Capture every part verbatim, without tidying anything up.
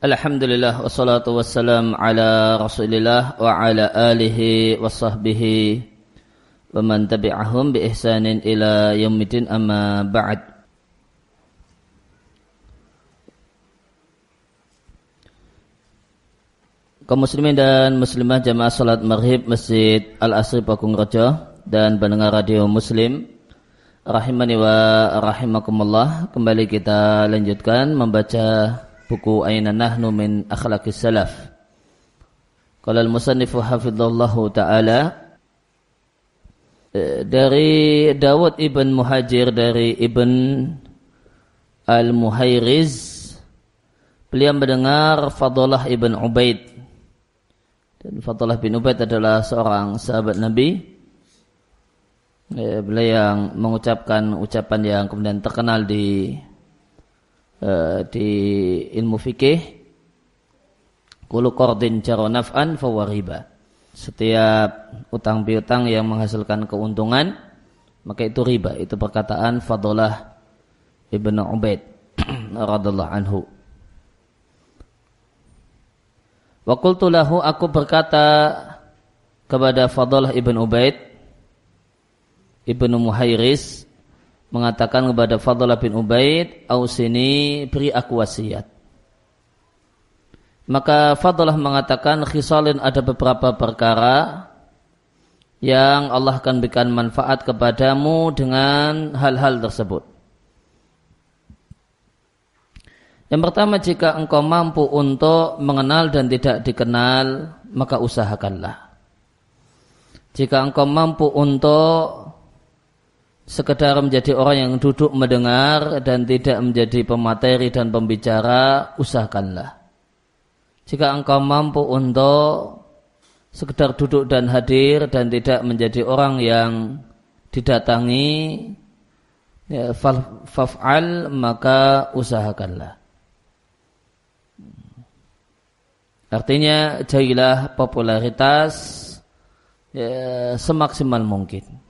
Alhamdulillah wassalatu wassalam ala Rasulillah wa ala alihi wa sahbihi wa man tabi'ahum bi ihsanin ila yaumiddin, amma ba'd. Kaum muslimin dan muslimah jamaah salat maghrib Masjid Al-Asri Pakung Rejo dan pendengar radio Muslim rahimani wa rahimakumullah, kembali kita lanjutkan membaca buku Aina Nahnu min Akhlaqis Salaf. Qala al-musannifu hafidhallahu ta'ala, dari Dawud ibn Muhajir dari Ibn al-Muhayriz, beliau mendengar Fadlah ibn Ubaid. Dan Fadlah bin Ubaid adalah seorang sahabat Nabi. Beliau yang mengucapkan ucapan yang kemudian terkenal di di ilmu fikih, kullu qardin jara naf'an fa huwa riba. Setiap utang piutang yang menghasilkan keuntungan maka itu riba. Itu perkataan Fadlah ibn Ubaid radhiyallahu anhu. Wa qultu lahu, aku berkata kepada Fadlah ibn Ubaid ibnu Muhayriz, mengatakan kepada Fadlah bin Ubaid, ausini, beri aku wasiat. Maka Fadlah mengatakan, khisalin, ada beberapa perkara yang Allah akan berikan manfaat kepadamu dengan hal-hal tersebut. Yang pertama, jika engkau mampu untuk mengenal dan tidak dikenal, maka usahakanlah. Jika engkau mampu untuk sekedar menjadi orang yang duduk mendengar dan tidak menjadi pemateri dan pembicara, usahakanlah. Jika engkau mampu untuk sekedar duduk dan hadir dan tidak menjadi orang yang didatangi, ya, faf'al, maka usahakanlah. Artinya jadilah popularitas ya, semaksimal mungkin.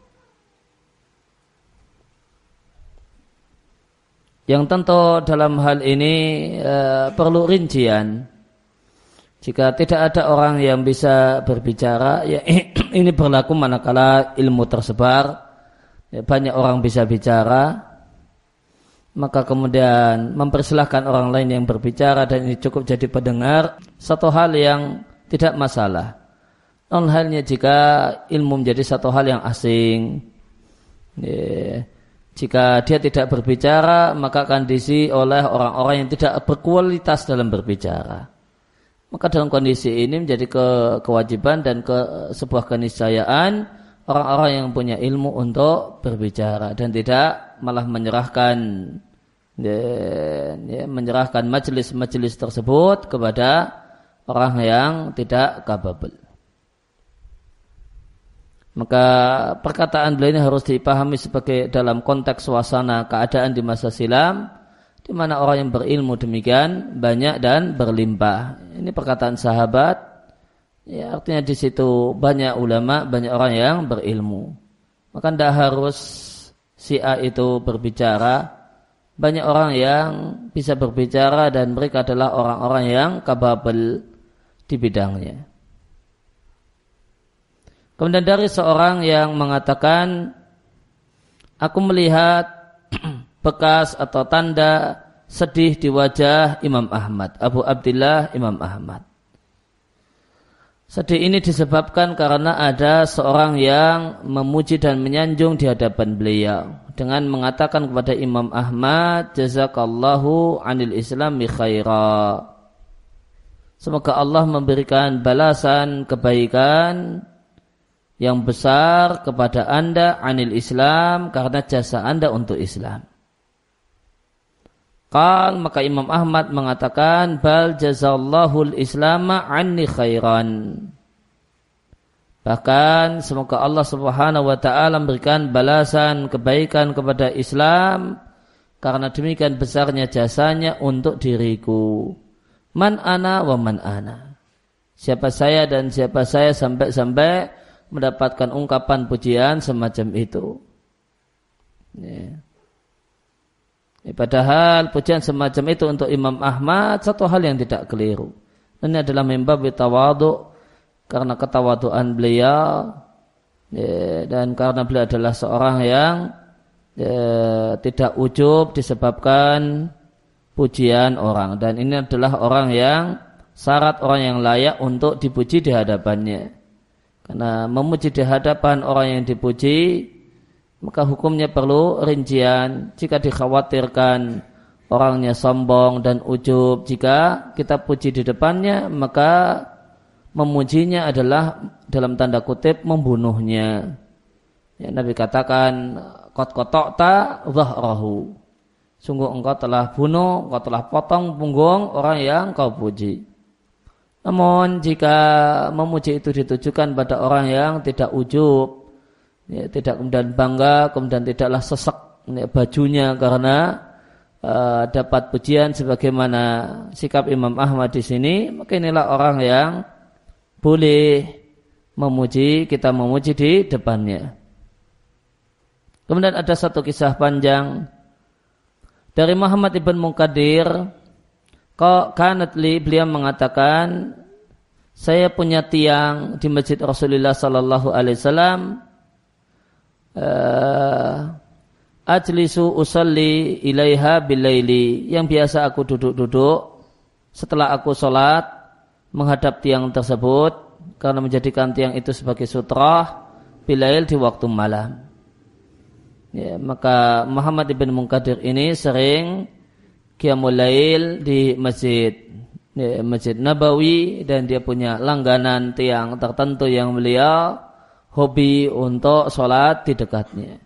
Yang tentu dalam hal ini e, perlu rincian. Jika tidak ada orang yang bisa berbicara, ya ini berlaku manakala ilmu tersebar, ya, banyak orang bisa bicara, maka kemudian mempersilahkan orang lain yang berbicara dan ini cukup jadi pendengar, satu hal yang tidak masalah. Non halnya jika ilmu menjadi satu hal yang asing, ya, jika dia tidak berbicara, maka akan diisi oleh orang-orang yang tidak berkualitas dalam berbicara. Maka dalam kondisi ini menjadi ke, kewajiban dan ke sebuah keniscayaan orang-orang yang punya ilmu untuk berbicara dan tidak malah menyerahkan ya, ya, menyerahkan majelis-majelis tersebut kepada orang yang tidak capable. Maka perkataan beliau ini harus dipahami sebagai dalam konteks suasana keadaan di masa silam, di mana orang yang berilmu demikian banyak dan berlimpah. Ini perkataan sahabat, ya, artinya di situ banyak ulama, banyak orang yang berilmu. Maka tidak harus si A itu berbicara, banyak orang yang bisa berbicara dan mereka adalah orang-orang yang capable di bidangnya. Kemudian dari seorang yang mengatakan, aku melihat bekas atau tanda sedih di wajah Imam Ahmad, Abu Abdillah Imam Ahmad. Sedih ini disebabkan karena ada seorang yang memuji dan menyanjung di hadapan beliau dengan mengatakan kepada Imam Ahmad, jazakallahu anil islami khaira. Semoga Allah memberikan balasan kebaikan yang besar kepada anda anil Islam, karena jasa anda untuk Islam. Qal, maka Imam Ahmad mengatakan, bal jazallahu al-islama anni khairan. Bahkan semoga Allah Subhanahu wa taala memberikan balasan kebaikan kepada Islam karena demikian besarnya jasanya untuk diriku. Man ana wa man ana. Siapa saya dan siapa saya sampai-sampai mendapatkan ungkapan pujian semacam itu. Ya. Padahal pujian semacam itu untuk Imam Ahmad satu hal yang tidak keliru. Ini adalah mimbar tawadhu, karena ketawaduan beliau ya, dan karena beliau adalah seorang yang ya, tidak ujub disebabkan pujian orang, dan ini adalah orang yang syarat orang yang layak untuk dipuji di hadapannya. Karena memuji di hadapan orang yang dipuji, maka hukumnya perlu rincian. Jika dikhawatirkan orangnya sombong dan ujub, jika kita puji di depannya, maka memujinya adalah dalam tanda kutip membunuhnya. Ya, Nabi katakan, qad qata'ta dhahrahu. Sungguh engkau telah bunuh, engkau telah potong punggung orang yang kau puji. Namun jika memuji itu ditujukan pada orang yang tidak ujub, ya, tidak kemudian bangga, kemudian tidaklah sesek ya, bajunya karena uh, dapat pujian sebagaimana sikap Imam Ahmad di sini, maka inilah orang yang boleh memuji, kita memuji di depannya. Kemudian ada satu kisah panjang dari Muhammad ibn Munkadir. Kau kanat li, beliau mengatakan, saya punya tiang di masjid Rasulullah sallallahu alaihi wasallam, uh, ajlisu usalli ilaiha bilaili, yang biasa aku duduk-duduk setelah aku sholat menghadap tiang tersebut karena menjadikan tiang itu sebagai sutrah bilail di waktu malam. Ya, maka Muhammad ibn Munkadir ini sering qiyamul lail di masjid ya, Masjid Nabawi, dan dia punya langganan tiang tertentu yang beliau hobi untuk sholat di dekatnya.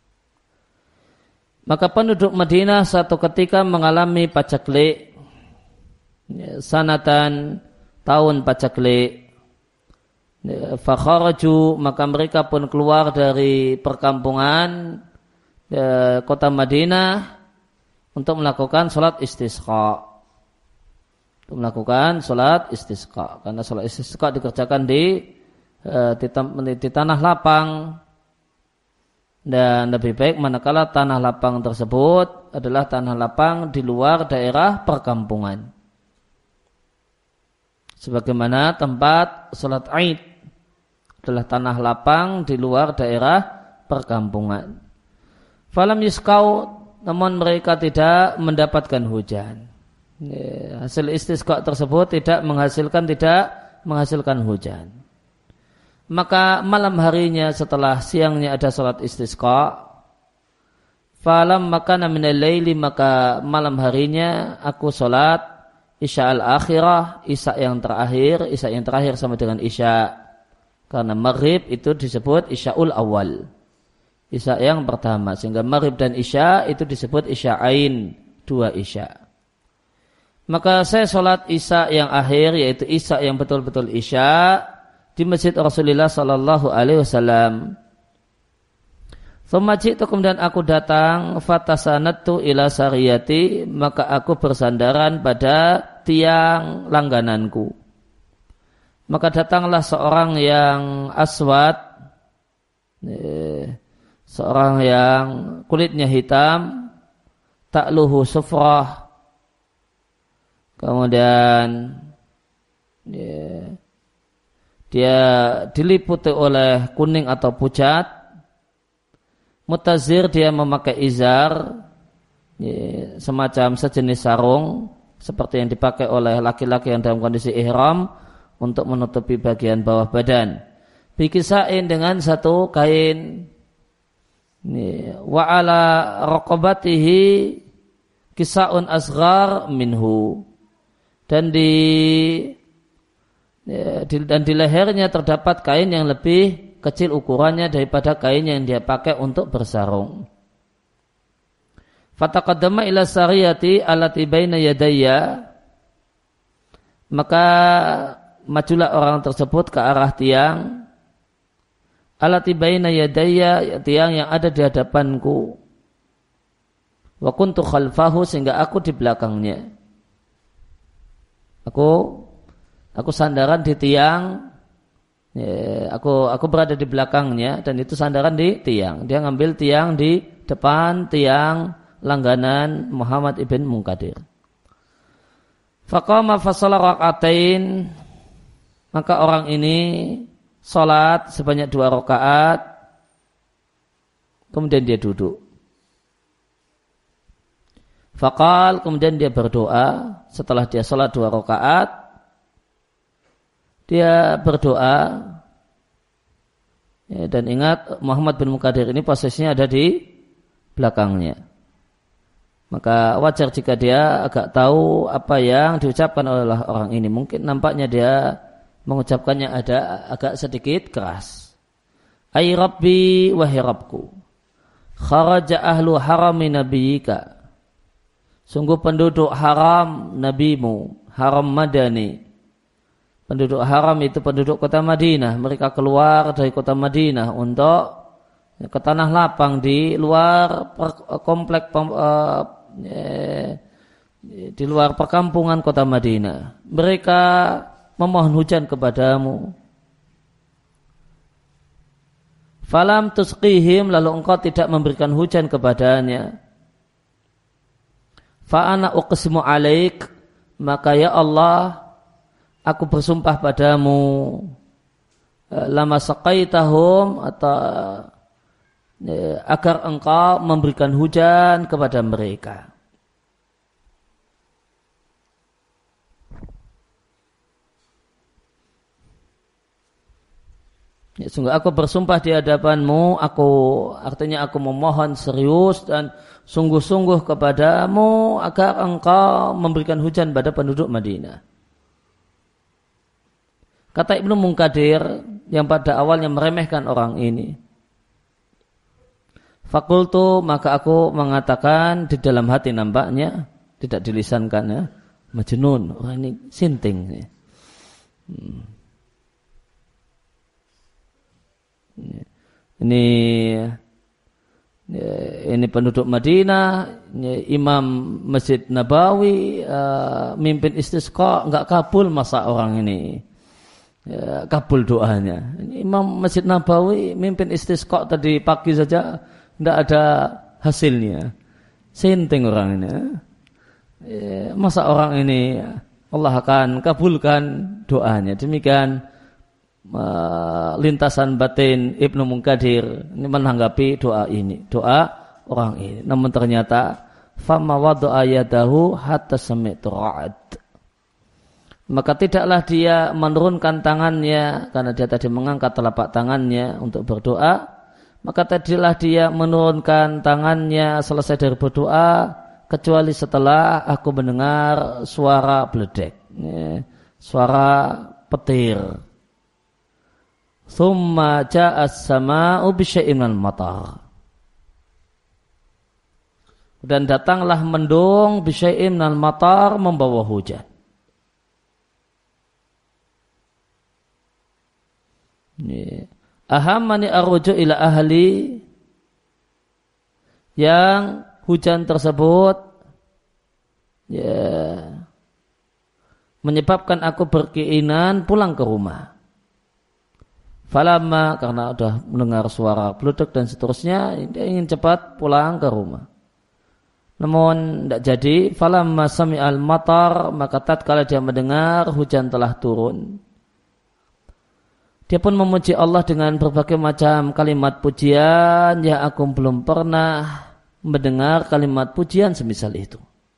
Maka penduduk Madinah satu ketika mengalami pacaklik ya, sanatan tahun pacaklik ya, fakharaju, maka mereka pun keluar dari perkampungan ya, kota Madinah untuk melakukan sholat istisqa. Untuk melakukan sholat istisqa. Karena sholat istisqa dikerjakan di, di, di tanah lapang. Dan lebih baik manakala tanah lapang tersebut adalah tanah lapang di luar daerah perkampungan. Sebagaimana tempat sholat Aid adalah tanah lapang di luar daerah perkampungan. Falam yusqau, namun mereka tidak mendapatkan hujan. Ya, hasil istisqa tersebut tidak menghasilkan tidak menghasilkan hujan. Maka malam harinya setelah siangnya ada salat istisqa, falam makana minal laili, maka malam harinya aku salat isya al-akhirah, isya yang terakhir. Isya yang terakhir sama dengan isya, karena maghrib itu disebut isyaul awal, isya yang pertama, sehingga maghrib dan isya itu disebut isya'ain, dua isya. Maka saya sholat isya yang akhir, yaitu isya yang betul-betul isya, di masjid Rasulullah sallallahu alaihi wasallam. Tsumma ji'tu, kemudian aku datang, fatasanattu ila sariyati, maka aku bersandaran pada tiang langgananku. Maka datanglah seorang yang aswad, seorang yang kulitnya hitam, ta'luhu sufrah, kemudian ya, dia diliputi oleh kuning atau pucat, mutazir, dia memakai izar ya, semacam sejenis sarung seperti yang dipakai oleh laki-laki yang dalam kondisi ihram untuk menutupi bagian bawah badan, bikisain, dengan satu kain, wa ala raqabatihi kisaun asghar minhu, dan di, ya, di dan di lehernya terdapat kain yang lebih kecil ukurannya daripada kain yang dia pakai untuk bersarung. Fataqaddama ila sariyati allati baina yadayya, maka majulah orang tersebut ke arah tiang allati baina yadayya, tiang yang ada di hadapanku. Wa kuntu khalfahu, sehingga aku di belakangnya. Aku aku sandaran di tiang, ya, aku aku berada di belakangnya, dan itu sandaran di tiang. Dia ngambil tiang di depan, tiang langganan Muhammad ibn Munkadir. Faqama fasalla rakaatain, maka orang ini salat sebanyak dua rakaat, kemudian dia duduk. Faqal, kemudian dia berdoa setelah dia salat dua rakaat, dia berdoa. Ya, dan ingat Muhammad bin Munkadir ini posisinya ada di belakangnya. Maka wajar jika dia agak tahu apa yang diucapkan oleh orang ini. Mungkin nampaknya dia mengucapkannya ada agak sedikit keras. Ay Rabbi wahai Rabbku, kharaja ahlu harami nabiyika. Sungguh penduduk haram nabimu, haram madani. Penduduk haram itu penduduk kota Madinah. Mereka keluar dari kota Madinah untuk ke tanah lapang di luar komplek uh, di luar perkampungan kota Madinah. Mereka memohon hujan kepadamu. Falam tusqihim, lalu engkau tidak memberikan hujan kepadanya. Fa ana uqsimu alaik, maka ya Allah, aku bersumpah padamu, lama saqaitahum, atau agar engkau memberikan hujan kepada mereka. Ya, sungguh aku bersumpah di hadapanmu, aku artinya aku memohon serius dan sungguh-sungguh kepadamu agar engkau memberikan hujan pada penduduk Madinah. Kata Ibnu Munkadir yang pada awalnya meremehkan orang ini, fakultu, maka aku mengatakan di dalam hati, nampaknya tidak dilisankan ya, majnun, orang ini sinting ya. Hmm. Ini ini penduduk Madinah, ini Imam Masjid Nabawi, uh, mimpin istisqa, enggak kabul masa orang ini ya, kabul doanya. Ini Imam Masjid Nabawi mimpin istisqa tadi pagi saja tidak ada hasilnya. Sinting orang ini. Ya, masa orang ini Allah akan kabulkan doanya. Demikian uh, lintasan batin Ibnu Munkadir ini menanggapi doa ini, doa orang ini. Namun ternyata fama wada'a yadahu hatta sami'tu ra'ad. Maka tidaklah dia menurunkan tangannya karena dia tadi mengangkat telapak tangannya untuk berdoa. Maka tadilah dia menurunkan tangannya selesai dari berdoa, kecuali setelah aku mendengar suara beledek, ya, suara petir. Thumma ja'as sama'u bisyai'in minal matar. Dan datanglah mendung bisyai'in minal matar, membawa hujan. Ya. Ahamani arruju ila ahli, yang hujan tersebut ya, menyebabkan aku berkeinginan pulang ke rumah. Falamma, karena sudah mendengar suara beleduk dan seterusnya, dia ingin cepat pulang ke rumah. Namun tidak jadi. Falamma sami'al matar, maka tatkala dia mendengar hujan telah turun, dia pun memuji Allah dengan berbagai macam kalimat pujian yang aku belum pernah mendengar kalimat pujian semisal itu.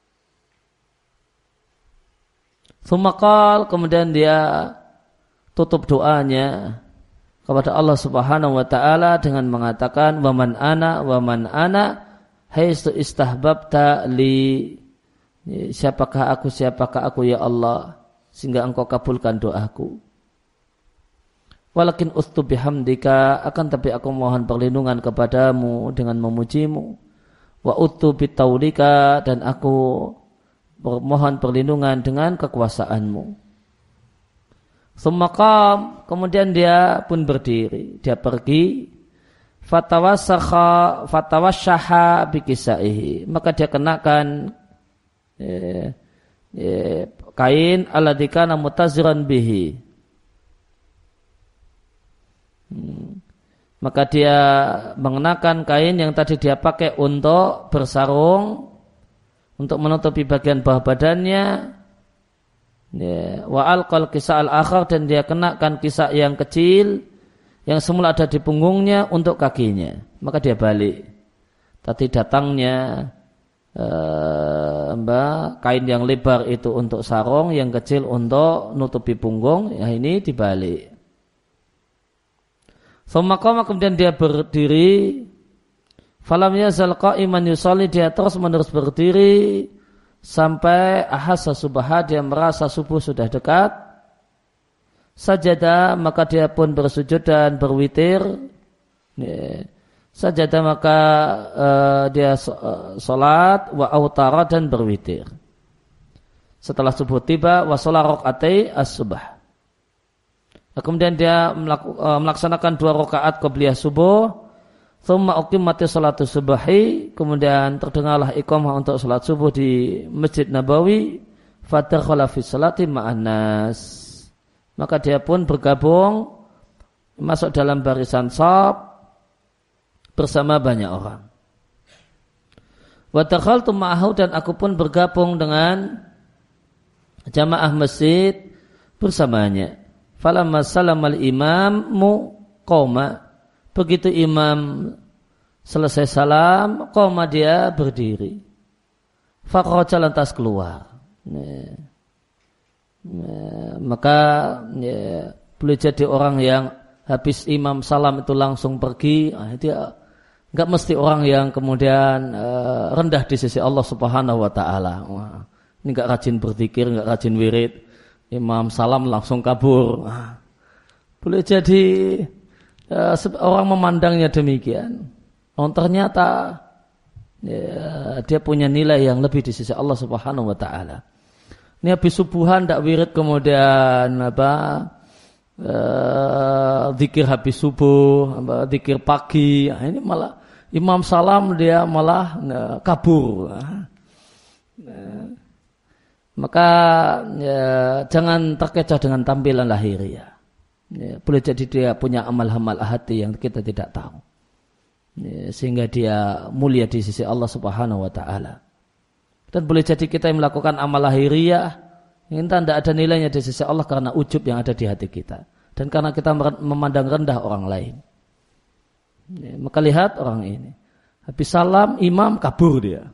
Sumakal, kemudian dia tutup doanya kepada Allah Subhanahu wa taala dengan mengatakan, wa man ana wa man ana haitsu istahbabta li, siapakah aku siapakah aku ya Allah sehingga engkau kabulkan doaku. Walakin ustu bihamdika, akan tapi aku mohon perlindungan kepadamu dengan memujimu. Wa utu bitaulika, dan aku mohon perlindungan dengan kekuasaanmu. Sumakam, kemudian dia pun berdiri, dia pergi. Fatawasakha fatawasyaha bikisaihi, maka dia kenakan eh, eh, kain alladikana mutaziran bihi. maka dia mengenakan kain yang tadi dia pakai untuk bersarung, untuk menutupi bagian bawah badannya. Ya, wa alqal kisah al-akhar, dan dia kenakan kisah yang kecil yang semula ada di punggungnya untuk kakinya. Maka dia balik. Tadi datangnya eh, mbak, kain yang lebar itu untuk sarung, yang kecil untuk nutupi punggung. Ya, ini dibalik. Thumma qama, kemudian dia berdiri. Falam yazal qa'iman yusalli, dia terus menerus berdiri sampai ahassa subha, dia merasa subuh sudah dekat. Sajada, maka dia pun bersujud dan berwitir. Sajada, maka uh, dia salat, wa autara, dan berwitir. Setelah subuh tiba, wa sholat rakaat as-subh. Kemudian dia melaksanakan dua rakaat qabliyah subuh. Thumma uqimmati sholatu subhi, kemudian terdengarlah iqamah untuk salat subuh di Masjid Nabawi. Fadakhala fi sholati ma'an nas, maka dia pun bergabung masuk dalam barisan shaf bersama banyak orang. Wa dakhaltu ma'ahu, dan aku pun bergabung dengan jamaah masjid bersamanya. Falamma salamal imamu qoma, begitu imam selesai salam, qoma, dia berdiri. Fakhraja, lantas keluar. Nah, nah, maka ya, boleh jadi orang yang habis imam salam itu langsung pergi. Nah, dia enggak mesti orang yang kemudian uh, rendah di sisi Allah Subhanahu wa taala. Wah, ini enggak rajin berzikir, enggak rajin wirid. Imam salam langsung kabur. Nah, boleh jadi uh, orang memandangnya demikian. Oh, ternyata ya, dia punya nilai yang lebih di sisi Allah Subhanahu wa taala. Ini habis subuhan tidak wirid, kemudian apa uh, zikir habis subuh, apa, zikir pagi. Nah, ini malah imam salam dia malah uh, kabur. Nah, maka ya, jangan terkecoh dengan tampilan lahiriah. Ya, boleh jadi dia punya amal-amal hati yang kita tidak tahu. Ya, sehingga dia mulia di sisi Allah Subhanahu wa taala. Dan boleh jadi kita yang melakukan amal lahiriah yang tidak ada nilainya di sisi Allah karena ujub yang ada di hati kita, dan karena kita memandang rendah orang lain. Ya, maka lihat orang ini, habis salam imam kabur dia.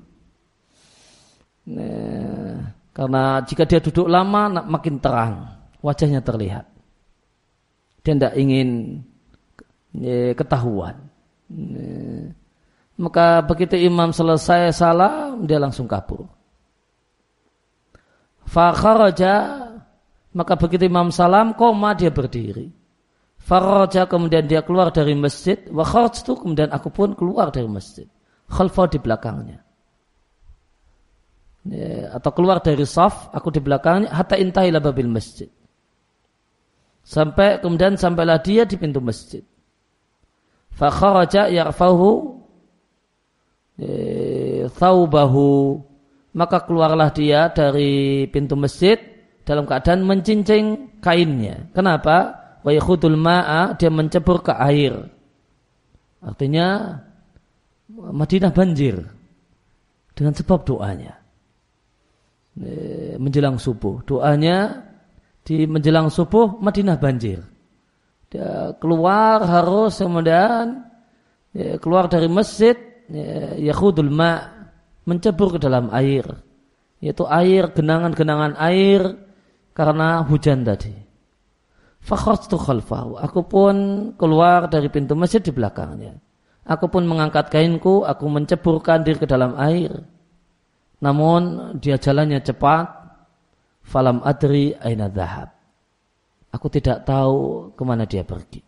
Nah, karena jika dia duduk lama makin terang, wajahnya terlihat. Dia tidak ingin ya, ketahuan. Ya, maka begitu imam selesai salam, dia langsung kabur. Fa kharaja, maka begitu imam salam, qoma, dia berdiri. Fa kharaja, kemudian dia keluar dari masjid. Wa kharajtu, kemudian aku pun keluar dari masjid. Khalfa, di belakangnya. Ya, atau keluar dari saf, aku di belakangnya, hatta intahi ila babil masjid, sampai kemudian sampailah dia di pintu masjid. Fa kharaja yarfahu ya, thawbahu, maka keluarlah dia dari pintu masjid dalam keadaan mencincing kainnya. Kenapa? Wa yakhudul ma'a, dia mencebur ke air. Artinya Madinah banjir dengan sebab doanya. Menjelang subuh, doanya di menjelang subuh Madinah banjir. Dia keluar harus kemudian ya, keluar dari masjid, ya, yakhudul ma', mencebur ke dalam air, yaitu air, genangan-genangan air karena hujan tadi. Fakhrajtu khalfahu, aku pun keluar dari pintu masjid di belakangnya. Aku pun mengangkat kainku, aku menceburkan diri ke dalam air. Namun dia jalannya cepat. Falam adri aina dhahab, aku tidak tahu kemana dia pergi.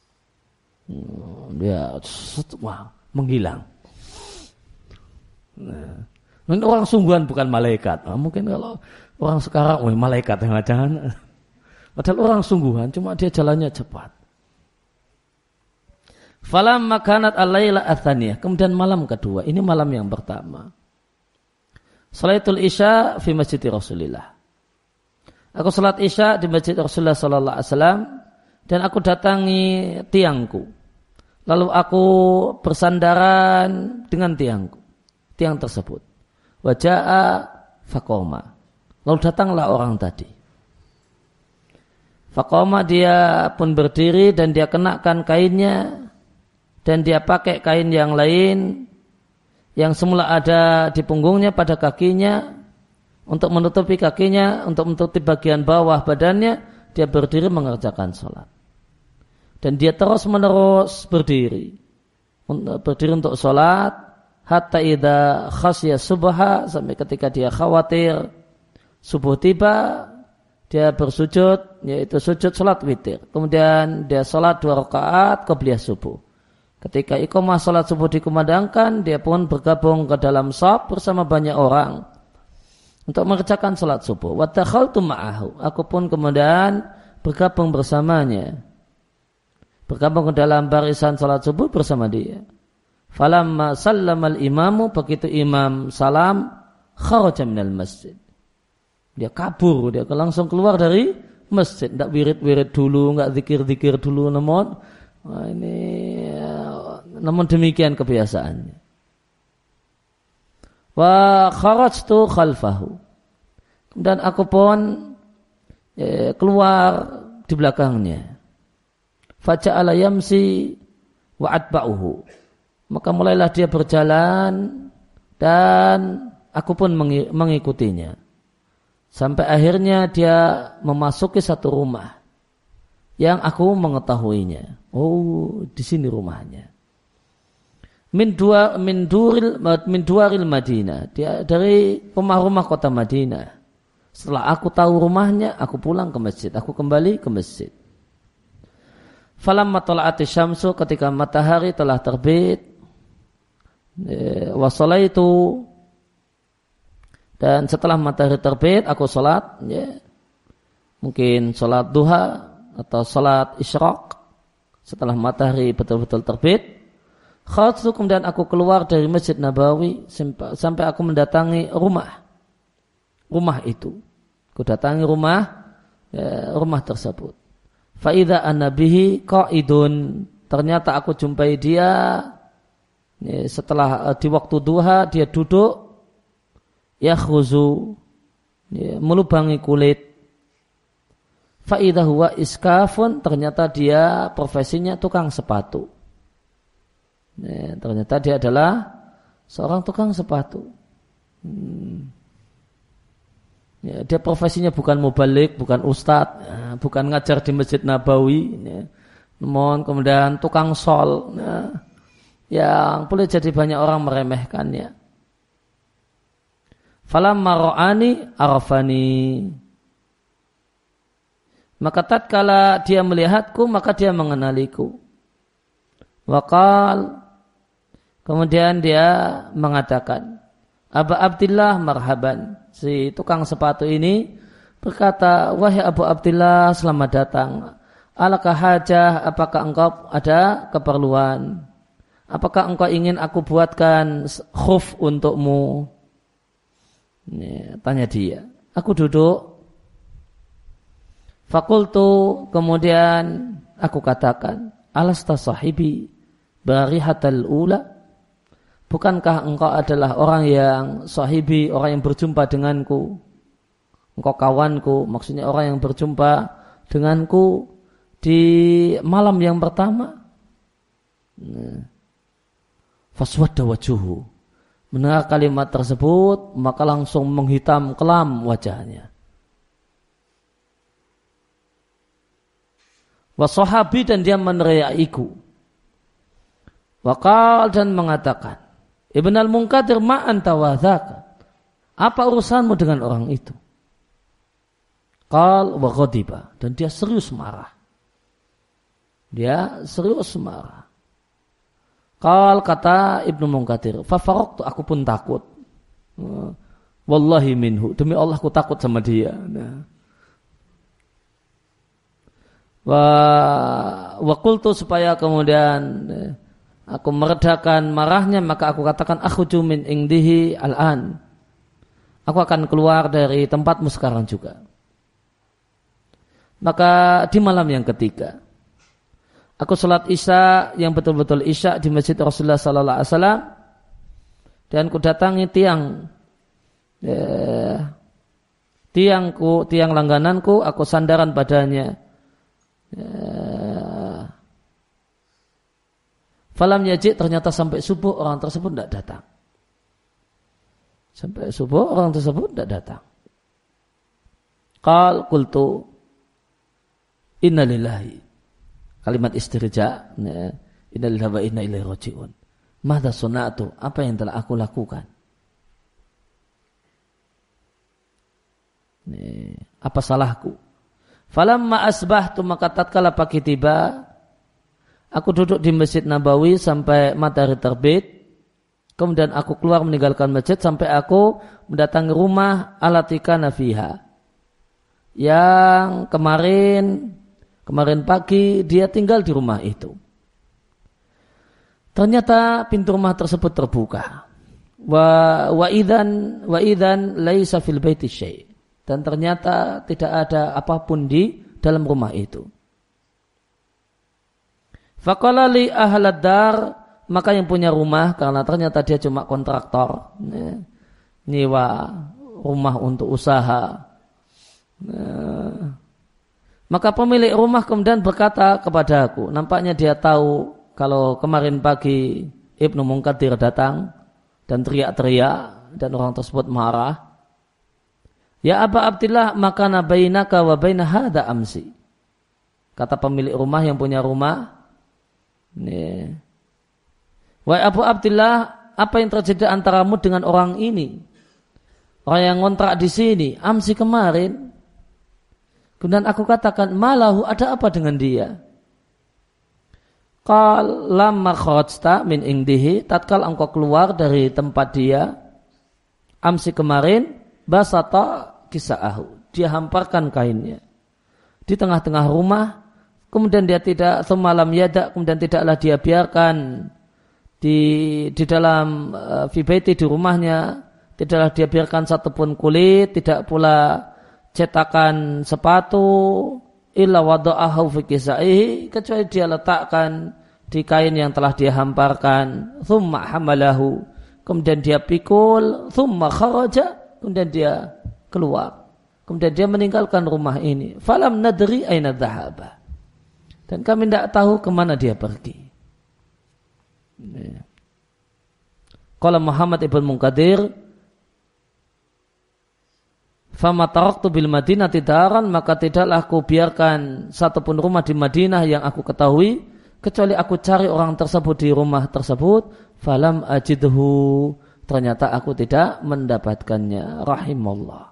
Dia wah, menghilang. Nah, ini orang sungguhan bukan malaikat. Nah, mungkin kalau orang sekarang, oh malaikat yang jangan. Padahal orang sungguhan, cuma dia jalannya cepat. Falam makanat al-laila atsaniyah, kemudian malam kedua, ini malam yang pertama. Salaitul Isya fi Masjid Rasulillah. Aku salat Isya di Masjid Rasulullah sallallahu alaihi wasallam dan aku datangi tiangku. Lalu aku bersandaran dengan tiangku, tiang tersebut. Waja'a faqoma. Lalu datanglah orang tadi. Faqoma, dia pun berdiri dan dia kenakan kainnya dan dia pakai kain yang lain yang semula ada di punggungnya pada kakinya untuk menutupi kakinya, untuk menutupi bagian bawah badannya. Dia berdiri mengerjakan sholat. Dan dia terus menerus berdiri. Berdiri untuk sholat. Hatta idha khasya subha. Sampai ketika dia khawatir subuh tiba. Dia bersujud. Yaitu sujud sholat witir. Kemudian dia sholat dua rakaat qabliyah subuh. Ketika iqamah sholat subuh dikumandangkan. Dia pun bergabung ke dalam shaf bersama banyak orang. Untuk mengerjakan salat subuh. Wa dakhaltu ma'ahu. Aku pun kemudian bergabung bersamanya. Bergabung ke dalam barisan salat subuh bersama dia. Falamma sallamal imamu, begitu imam salam, kharaja minal masjid. Dia kabur, dia langsung keluar dari masjid. Tidak wirid-wirid dulu, tidak zikir-zikir dulu, namun nah ini namun demikian kebiasaannya. Wa kharajtu khalfahu. Dan aku pun eh, keluar di belakangnya. Faja'ala yamsi wa atba'uhu. Maka mulailah dia berjalan dan aku pun mengikutinya. Sampai akhirnya dia memasuki satu rumah yang aku mengetahuinya. Oh, di sini rumahnya. Min dua min duril min duaril Madinah, dia dari rumah-rumah kota Madinah. Setelah aku tahu rumahnya, aku pulang ke masjid, aku kembali ke masjid. Falamma tala'ati syamsu, ketika matahari telah terbit, wa shalaitu, dan setelah matahari terbit aku salat, ya, mungkin salat duha atau salat isyraq setelah matahari betul-betul terbit. Kharajtu, kemudian aku keluar dari Masjid Nabawi sampai aku mendatangi rumah rumah itu. Aku datangi rumah ya, rumah tersebut. Fa idza ana bihi qa'idun, ternyata aku jumpai dia ya, setelah di waktu duha dia duduk yakhruzu ya, melubangi kulit. Fa idza huwa iskafun, ternyata dia profesinya tukang sepatu. Ya, ternyata dia adalah seorang tukang sepatu. Hmm. Ya, dia profesinya bukan mubalik, bukan ustadz, ya, bukan ngajar di Masjid Nabawi, ya. Namun kemudian tukang sol, ya, yang boleh jadi banyak orang meremehkannya. Falamma ra'ani arafani. Maka tatkala dia melihatku, maka dia mengenaliku. Waqal, kemudian dia mengatakan, Aba Abdillah marhaban. Si tukang sepatu ini berkata, wahai Abu Abdillah, selamat datang. Alakah hajah, apakah engkau ada keperluan? Apakah engkau ingin aku buatkan khuf untukmu? Ini, tanya dia. Aku duduk. Fakultu, kemudian aku katakan, alasta sahibi barihatal ula, bukankah engkau adalah orang yang sahibi, orang yang berjumpa denganku, engkau kawanku, maksudnya orang yang berjumpa denganku di malam yang pertama. Faswadda wajuhu, mendengar kalimat tersebut maka langsung menghitam kelam wajahnya. Wasahabi, dan dia meneriakiku. Waqal, dan mengatakan, Ibn al-Munkadir ma anta wa dzaka, apa urusanmu dengan orang itu? Qal wa ghadiba, dan dia serius marah. Dia serius marah. Qal, kata Ibnu Munkadir, fa faraqtu, aku pun takut. Wallahi minhu, demi Allah aku takut sama dia. Nah. Wa wa qultu, supaya kemudian aku meredakan marahnya, maka aku katakan akhruju min indihi al-an, aku akan keluar dari tempatmu sekarang juga. Maka di malam yang ketiga Aku sholat isya yang betul-betul isya di masjid Rasulullah Sallallahu Alaihi Wasallam dan ku datangi tiang ya, tiangku, tiang langgananku, aku sandaran padanya. Ya. Falam yajid, ternyata sampai subuh orang tersebut tidak datang. Sampai subuh orang tersebut tidak datang. Qal qultu inna lillahi. Kalimat istirja, ya, inna lillahi wa inna ilaihi raji'un. Madza sunatu, apa yang telah aku lakukan? Ini, apa salahku? Falamma asbahtu, maka tatkala pagi tiba, aku duduk di Masjid Nabawi sampai matahari terbit. Kemudian aku keluar meninggalkan masjid sampai aku mendatangi rumah alatika nafiha. Yang kemarin kemarin pagi dia tinggal di rumah itu. Ternyata pintu rumah tersebut terbuka. Wa wa idzan wa idzan laisa fil baiti syai'. Dan ternyata tidak ada apapun di dalam rumah itu. Faqala li ahlad dar, maka yang punya rumah, karena ternyata dia cuma kontraktor, ya, nyewa rumah untuk usaha. Nah, maka pemilik rumah kemudian berkata kepada aku, nampaknya dia tahu kalau kemarin pagi Ibnu Munkadir datang dan teriak-teriak dan orang tersebut marah. Ya Aba Abdillah, makana bainaka wa baina hadza amsi. Kata pemilik rumah yang punya rumah, nih, wahai Abu Abdillah, apa yang terjadi antaramu dengan orang ini? Orang yang ngontrak di sini, amsi kemarin. Kemudian aku katakan, malahu, ada apa dengan dia? Qal lamma kharajta min indihi, tatkala engkau keluar dari tempat dia, amsi kemarin, basata kisaahu, dia hamparkan kainnya di tengah-tengah rumah. Kemudian dia tidak semalam yada, kemudian tidaklah dia biarkan di di dalam uh, fibaiti di rumahnya, tidaklah dia biarkan satupun kulit, tidak pula cetakan sepatu, illa wada'ahu fi kisaihi, kecuali dia letakkan di kain yang telah dia hamparkan. Thumma hamalahu, kemudian dia pikul. Thumma kharaja, kemudian dia keluar. Kemudian dia meninggalkan rumah ini. Falam nadri aina dhahaba, dan kami tidak tahu kemana dia pergi. Qala Muhammad ibn Munkadir, fama taraktu bil Madinati daran, maka tidaklah aku biarkan satupun rumah di Madinah yang aku ketahui, kecuali aku cari orang tersebut di rumah tersebut. Falam ajidhu, ternyata aku tidak mendapatkannya. Rahimallah.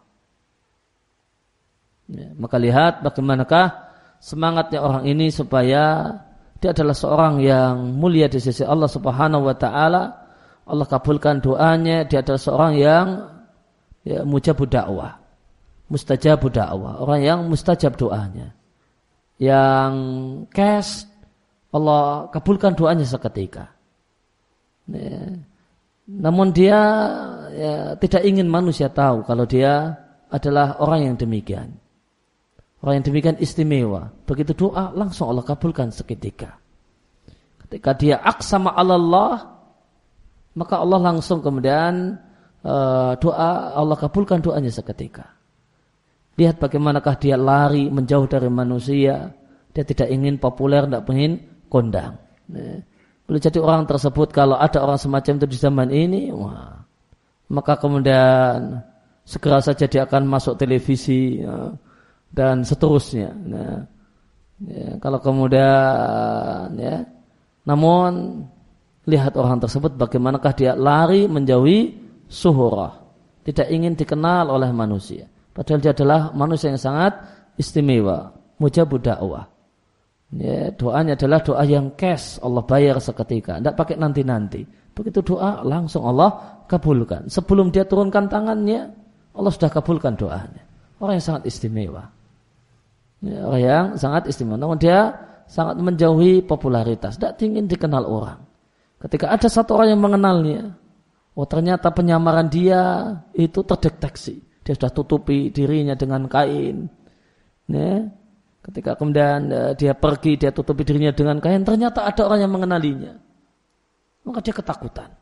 Ya, maka lihat bagaimanakah semangatnya orang ini supaya dia adalah seorang yang mulia di sisi Allah Subhanahu wa taala. Allah kabulkan doanya, dia adalah seorang yang ya, mujabud dakwah. Mustajab dakwah, orang yang mustajab doanya, yang cash, Allah kabulkan doanya seketika. Ya. Namun dia ya, tidak ingin manusia tahu kalau dia adalah orang yang demikian, orang yang demikian istimewa. Begitu doa langsung Allah kabulkan seketika. Ketika dia aqsama 'ala Allah, maka Allah langsung kemudian uh, doa Allah kabulkan doanya seketika. Lihat bagaimanakah dia lari menjauh dari manusia. Dia tidak ingin populer, tidak ingin kondang. Nah, boleh jadi orang tersebut kalau ada orang semacam itu di zaman ini, wah, maka kemudian segera saja dia akan masuk televisi ya, dan seterusnya. Nah, ya, kalau kemudian, ya, namun lihat orang tersebut bagaimanakah dia lari menjauhi suhurah, tidak ingin dikenal oleh manusia. Padahal dia adalah manusia yang sangat istimewa, mujabud dakwah. Ya, doanya adalah doa yang cash, Allah bayar seketika, tidak pakai nanti-nanti. Begitu doa langsung Allah kabulkan. Sebelum dia turunkan tangannya, Allah sudah kabulkan doanya. Orang yang sangat istimewa. Ya, orang yang sangat istimewa. Namun dia sangat menjauhi popularitas, tidak ingin dikenal orang. Ketika ada satu orang yang mengenalnya, oh ternyata penyamaran dia itu terdeteksi. Dia sudah tutupi dirinya dengan kain. Ya. Ketika kemudian uh, dia pergi, dia tutupi dirinya dengan kain, ternyata ada orang yang mengenalinya. Maka dia ketakutan.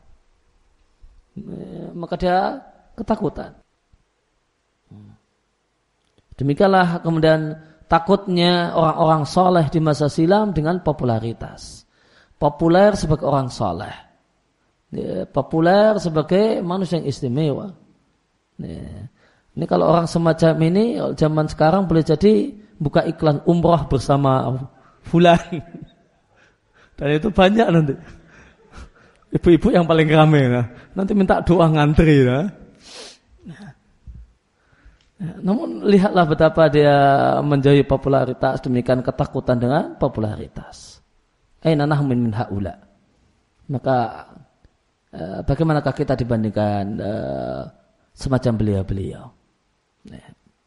Maka dia ketakutan. Demikianlah kemudian takutnya orang-orang soleh di masa silam dengan popularitas. Populer sebagai orang soleh. Ya, populer sebagai manusia yang istimewa. Ya. Ini kalau orang semacam ini, zaman sekarang boleh jadi buka iklan umrah bersama fulan. Dan itu banyak nanti. Ibu-ibu yang paling ramai, nah. Nanti minta doa ngantri. Nah. Nah, namun lihatlah betapa dia menjauhi popularitas, demikian ketakutan dengan popularitas. Aina nahnu min haula. Maka eh, bagaimanakah kita dibandingkan eh, semacam beliau-beliau? Nah.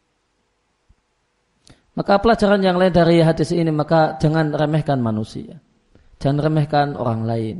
Maka pelajaran yang lain dari hadis ini, maka jangan remehkan manusia. Jangan remehkan orang lain.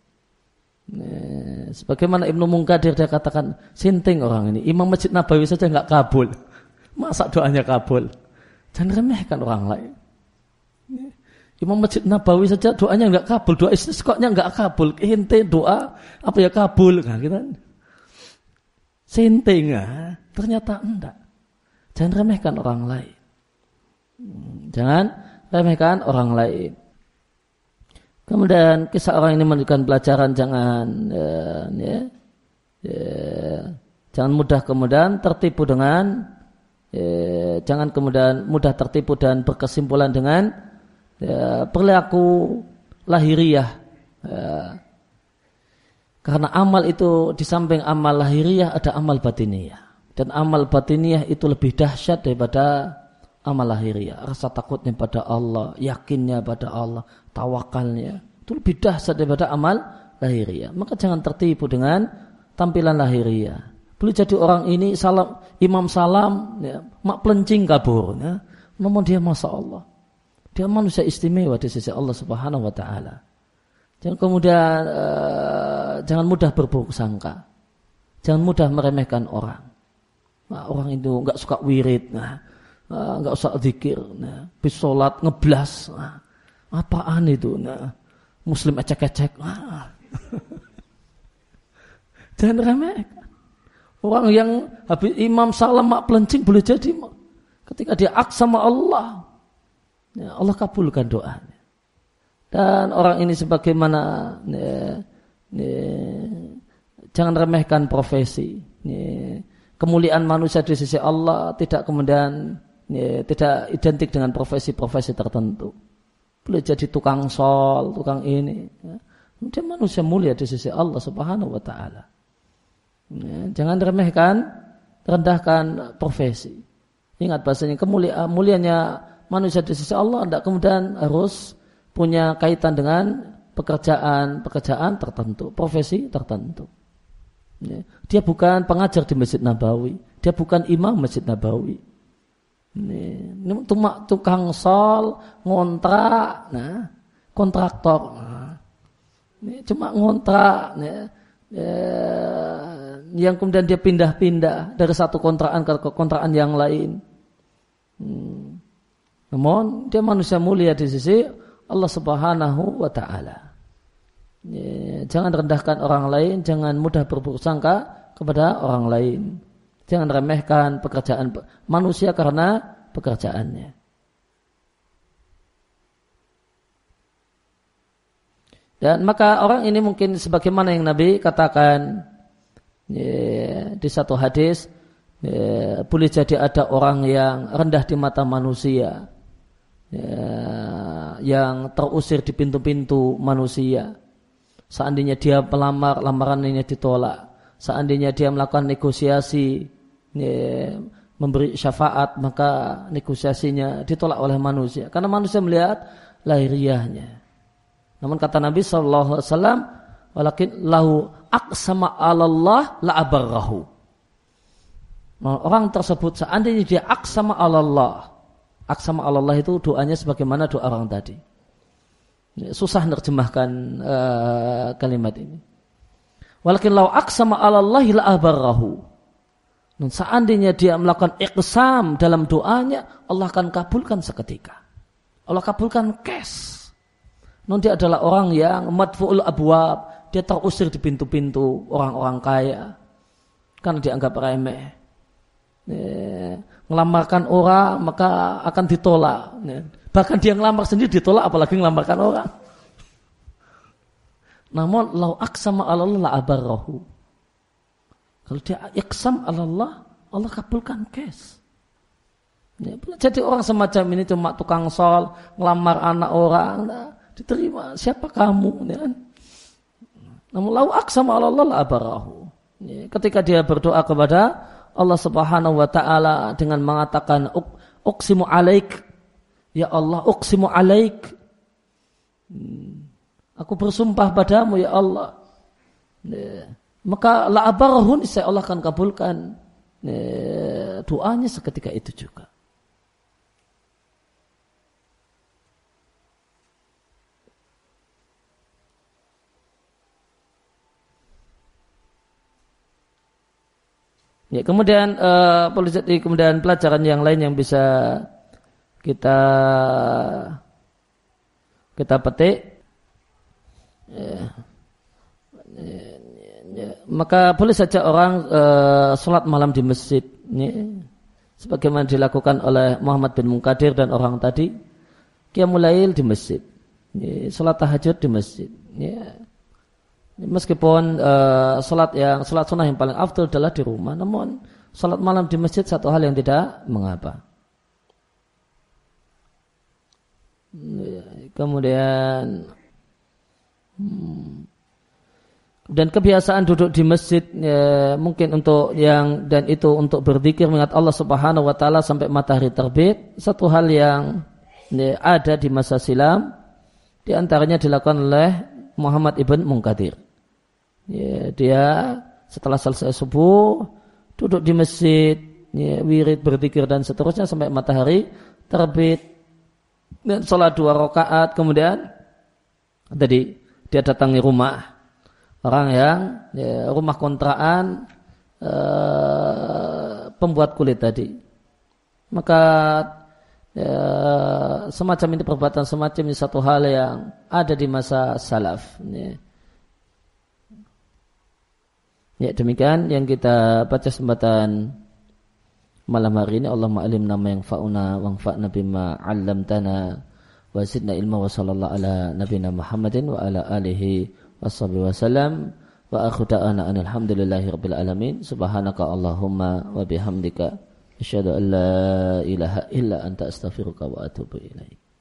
Nah, sebagaimana Ibnu Munkadir dia katakan, sinting orang ini, Imam Masjid Nabawi saja enggak kabul, masa doanya kabul? Jangan remehkan orang lain. Nah, Imam Masjid Nabawi saja doanya enggak kabul, doa istisqanya enggak kabul, ente doa apa ya kabul? Nah, gitu. Sinting, nah, ternyata enggak. Jangan remehkan orang lain. Jangan remehkan orang lain. Kemudian kisah orang ini menunjukkan pelajaran jangan ya, ya, ya, jangan mudah kemudian tertipu dengan ya, jangan kemudian mudah tertipu dan berkesimpulan dengan ya, perilaku lahiriah. Ya. Karena amal itu di samping amal lahiriah ada amal batiniah, dan amal batiniah itu lebih dahsyat daripada amal lahiriah. Rasa takutnya pada Allah, yakinnya pada Allah, tawakalnya itu lebih dahsyat daripada amal lahiriah. Maka jangan tertipu dengan tampilan lahiriah. Boleh jadi orang ini salam, imam salam, ya, mak pelencing kabur, ya. Namun dia masya Allah, dia manusia istimewa di sisi Allah Subhanahu Wa Taala. Jangan kemudian uh, jangan mudah berburuk sangka, jangan mudah meremehkan orang. Nah, orang itu nggak suka wirid, nah, nggak uh, usah zikir, nah, bis sholat ngeblas. Nah, apaan itu? Nah, Muslim ecek-ecek. Nah. Jangan remehkan. Orang yang habis imam salam mak pelencing boleh jadi ketika dia aks sama Allah, ya, Allah kabulkan doanya. Dan orang ini sebagaimana ya, ya, jangan remehkan profesi. Ya, kemuliaan manusia di sisi Allah tidak kemudian ya, tidak identik dengan profesi-profesi tertentu. Boleh jadi tukang sol, tukang ini. Ya. Dia manusia mulia di sisi Allah Subhanahu Wa Taala. Ya, jangan remehkan, rendahkan profesi. Ingat bahasanya kemuliaan mulianya manusia di sisi Allah tidak kemudian harus punya kaitan dengan pekerjaan-pekerjaan tertentu, profesi tertentu. Ya. Dia bukan pengajar di Masjid Nabawi, dia bukan imam Masjid Nabawi. Ini cuma tukang sol, ngontrak, nah, kontraktor. Nah, ini cuma ngontrak, ya, ya, yang kemudian dia pindah-pindah dari satu kontrakan ke kontrakan yang lain. Hmm. Namun dia manusia mulia di sisi Allah Subhanahu Wa Taala. Ya, jangan rendahkan orang lain, jangan mudah berburuk sangka kepada orang lain. Jangan remehkan pekerjaan manusia karena pekerjaannya. Dan maka orang ini mungkin sebagaimana yang Nabi katakan ya, di satu hadis, ya, boleh jadi ada orang yang rendah di mata manusia, ya, yang terusir di pintu-pintu manusia. Seandainya dia melamar, lamarannya ditolak. Seandainya dia melakukan negosiasi, ya, memberi syafaat, maka negosiasinya ditolak oleh manusia. Karena manusia melihat lahiriahnya. Namun kata Nabi shallallahu alaihi wasallam, walakin lahu aqsama 'alallah la abarrahu. Orang tersebut seandainya dia aqsama 'alallah. Aqsama 'alallah itu doanya sebagaimana doa orang tadi. Susah nerjemahkan uh, kalimat ini. Walakin lau aqsama 'alallahi la abarrahu. Dan seandainya dia melakukan iqsam dalam doanya, Allah akan kabulkan seketika. Allah kabulkan cash. Non dia adalah orang yang madfu'ul abwab, dia terusir di pintu-pintu orang-orang kaya karena dianggap remeh. Ya, ngelamarkan orang maka akan ditolak. Ya. Bahkan dia ngelamar sendiri ditolak, apalagi ngelamarkan orang. Namun lau aqsama 'ala Allah la abarrahu. Kalau dia iqsam 'ala Allah, Allah kabulkan cash. Ya, jadi orang semacam ini cuma tukang sol, ngelamar anak orang, nah, diterima. Siapa kamu? Ya. Namun lau aqsama 'ala Allah la abarrahu. Ya, ketika dia berdoa kepada Allah Subhanahu wa taala dengan mengatakan uqsimu alaik, ya Allah, uqsimu alaik, aku bersumpah padamu ya Allah, ya, maka la abarahun, saya Allah akan kabulkan ya, doanya seketika itu juga. Ya, kemudian uh, kemudian pelajaran yang lain yang bisa kita kita petik, ya, ya, ya, maka boleh saja orang uh, sholat malam di masjid, ya, sebagaimana dilakukan oleh Muhammad bin Munkadir dan orang tadi, qiyamul lail di masjid, ya, sholat tahajud di masjid, ya. Meskipun uh, salat yang salat sunnah yang paling afdal adalah di rumah, namun salat malam di masjid satu hal yang tidak mengapa. Kemudian hmm, dan kebiasaan duduk di masjid ya, mungkin untuk yang dan itu untuk berzikir mengingat Allah Subhanahu wa taala sampai matahari terbit, satu hal yang ya, ada di masa silam, di antaranya dilakukan oleh Muhammad ibn Munkadir. Ya, dia setelah selesai subuh duduk di masjid, ya, wirid, berzikir dan seterusnya sampai matahari terbit dan sholat dua rakaat. Kemudian tadi dia datangi rumah orang yang ya, rumah kontrakan eh, pembuat kulit tadi. Maka ya, semacam ini perbuatan semacam ini satu hal yang ada di masa salaf. Ya. Ya, demikian yang kita baca kesempatan malam hari ini. Allahumma alimna ma yanfa'una wanfa'na bima 'allamtana wa zidna ilma wa sallallahu ala nabiyina Muhammadin wa ala alihi washabihi wasallam wa akhiru da'ana alhamdulillahi rabbil alamin. Subhanaka Allahumma wa bihamdika asyhadu an la ilaha illa anta astaghfiruka wa atubu ilaik.